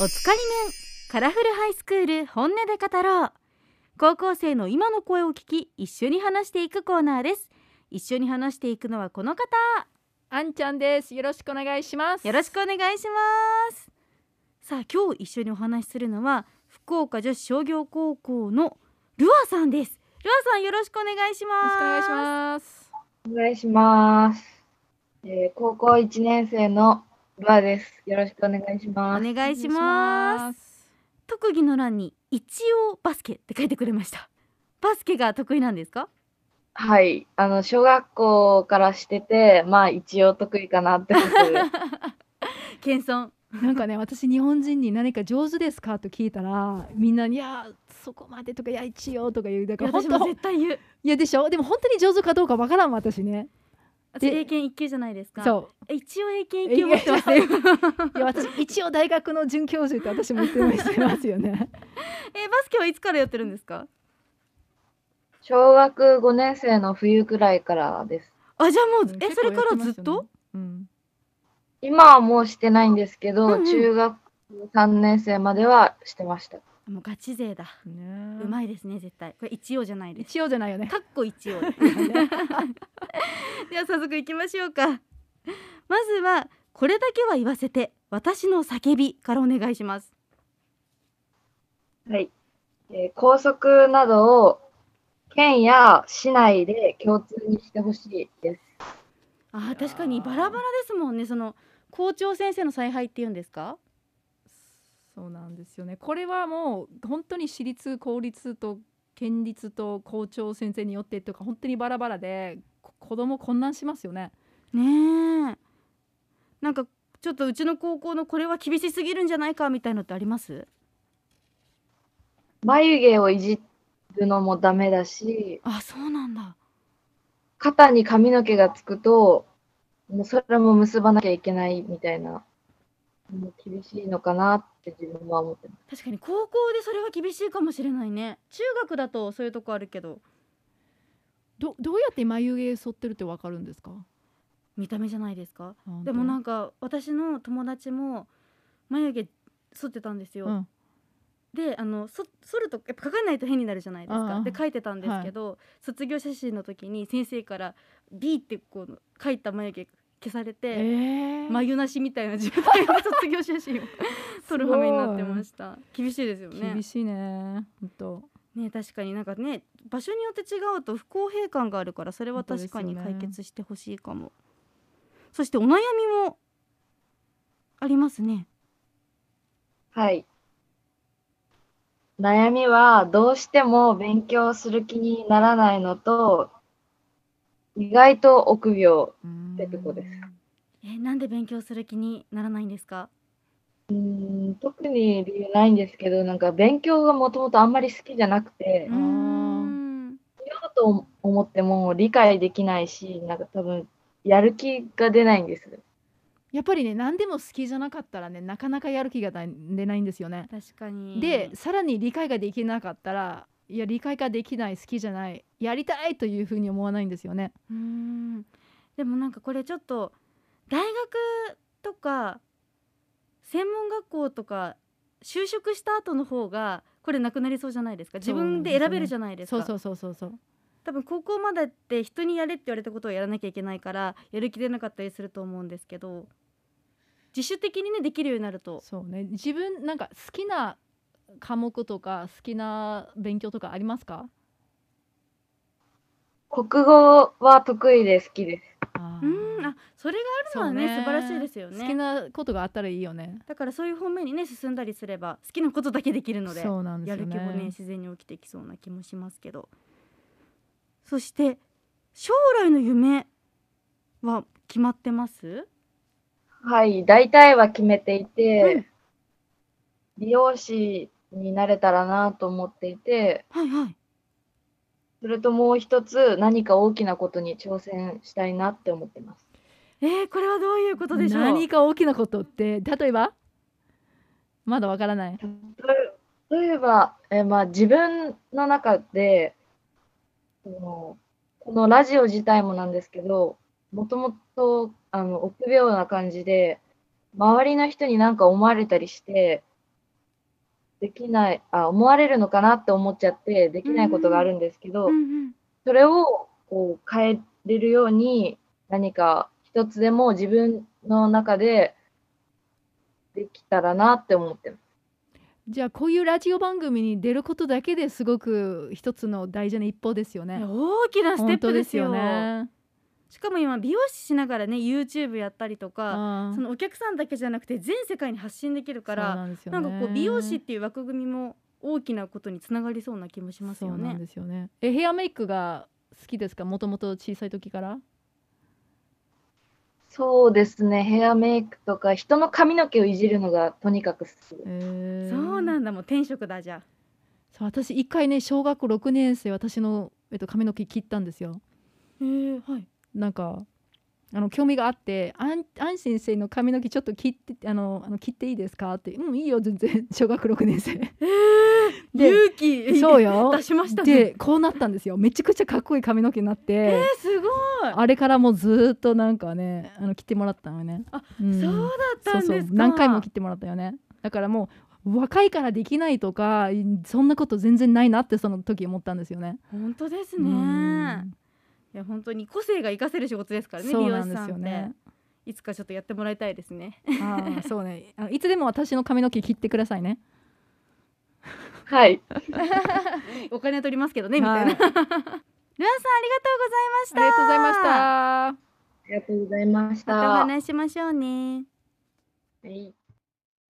おつかり面カラフルハイスクール本音で語ろう。高校生の今の声を聞き一緒に話していくコーナーです。一緒に話していくのはこの方、 あんちゃんです。よろしくお願いします。 よろしくお願いします。さあ今日一緒にお話しするのは福岡女子商業高校のルアさんです。ルアさんよろしくお願いします。 よろしくお願いします。 お願いします。高校1年生のルアです。よろしくお願いします。 お願いします。特技の欄に一応バスケって書いてくれました。バスケが得意なんですか？ はい、小学校からしてて、まあ一応得意かなってことで。 謙遜。 なんかね、私日本人に何か上手ですかと聞いたら、みんなにいやそこまでとかいや一応とか言う。だから私も絶対言う。 いやでしょ。でも本当に上手かどうかわからん私ね。 私英検1級じゃないですか。 そう一応英検1級持ってますよ。 いや私一応大学の准教授って私も言ってますよね。 バスケはいつからやってるんですか？ 小学5年生の冬くらいからです。 あ、じゃあもう、 結それから構やってますよねずっと？ 今はもうしてないんですけど、中学3年生まではしてました。 もうガチ勢だ。うまいですね絶対。これ一応じゃないです。 一応じゃないよね。 かっこ一応。では早速いきましょうか。まずはこれだけは言わせて私の叫びからお願いします。 はい。校則などを県や市内で共通にしてほしいです。 あ、確かにバラバラですもんね。その校長先生の采配っていうんですか？ そうなんですよね。これはもう本当に私立公立と県立と校長先生によってとか本当にバラバラで子供混乱しますよね。 ねえ。なんかちょっとうちの高校のこれは厳しすぎるんじゃないかみたいのってあります？ 眉毛をいじるのもダメだし、 あ、そうなんだ。 肩に髪の毛がつくと、もうそれも結ばなきゃいけないみたいな、もう厳しいのかなって自分は思ってます。 確かに高校でそれは厳しいかもしれないね。中学だとそういうとこあるけど。 どうやって眉毛剃ってるってわかるんですか？ 見た目じゃないですか。でもなんか私の友達も眉毛剃ってたんですよ。で剃るとやっぱ描かないと変になるじゃないですか。で描いてたんですけど、卒業写真の時に先生からビーってこう描いた眉毛消されて、眉なしみたいな自分で卒業写真を撮る羽目になってました。厳しいですよね。 厳しいね。本当。 ね、確かになんかね、場所によって違うと不公平感があるから、それは確かに解決してほしいかも。そしてお悩みもありますね。 はい。悩みはどうしても勉強する気にならないのと、意外と臆病ってとこです。 なんで勉強する気にならないんですか？ 特に理由ないんですけど、なんか勉強がもともとあんまり好きじゃなくて、しようと思っても理解できないし、なんか多分やる気が出ないんです。 やっぱりね、何でも好きじゃなかったらね、なかなかやる気が出ないんですよね。 確かに。 で、さらに理解ができなかったら、いや理解ができない、好きじゃない、やりたいというふうに思わないんですよね。 でもなんかこれちょっと大学とか専門学校とか就職した後の方がこれなくなりそうじゃないですか。自分で選べるじゃないですか。 そう多分高校までって人にやれって言われたことをやらなきゃいけないからやる気出なかったりすると思うんですけど、自主的にねできるようになると。 そうね。自分なんか好きな科目とか好きな勉強とかありますか？ 国語は得意で好きです。 それがあるのはね、素晴らしいですよね。 好きなことがあったらいいよね。 だからそういう方面にね進んだりすれば好きなことだけできるので、 そうなんですよね、 やる気もね自然に起きてきそうな気もしますけど。そして将来の夢は決まってます？ はい、大体は決めていて、美容師になれたらなと思っていて、それともう一つ何か大きなことに挑戦したいなって思ってます。 これはどういうことでしょう？ 何か大きなことって例えばまだわからない。 例えば、自分の中でこのラジオ自体もなんですけど、もともと臆病な感じで周りの人に何か思われたりしてできない、思われるのかなって思っちゃってできないことがあるんですけど、それをこう変えれるように何か一つでも自分の中でできたらなって思ってます。 じゃあこういうラジオ番組に出ることだけですごく一つの大事な一歩ですよね。 大きなステップですよね。 しかも今美容師しながらね YouTube やったりとか、そのお客さんだけじゃなくて全世界に発信できるから、なんかこう美容師っていう枠組みも大きなことにつながりそうな気もしますよね。 そうなんですよね。ヘアメイクが好きですか？もともと小さい時から。 そうですね、ヘアメイクとか人の髪の毛をいじるのがとにかく好き。 そうなんだ、もう天職だじゃあ。 そう、私一回ね小学校6年生私の、髪の毛切ったんですよ。 はい。 なんか興味があって「安先生の髪の毛ちょっと切っていいですか？」って「いいよ全然」小学6年生で勇気そうよ出しましたね。 でこうなったんですよ。めちゃくちゃかっこいい髪の毛になってすごい。 あれからもうずっとなんかね切ってもらったのよね。 そうだったんですか。 何回も切ってもらったよね。だからもう若いからできないとかそんなこと全然ないなってその時思ったんですよね。 本当ですね。いや本当に個性が活かせる仕事ですからね、美容師さんって。いつかちょっとやってもらいたいですね。 そうね。いつでも私の髪の毛切ってくださいね。 はい。 お金取りますけどねみたいな。ルアンさんありがとうございました。 ありがとうございました。 ありがとうございました。 またお話ししましょうね。 はい。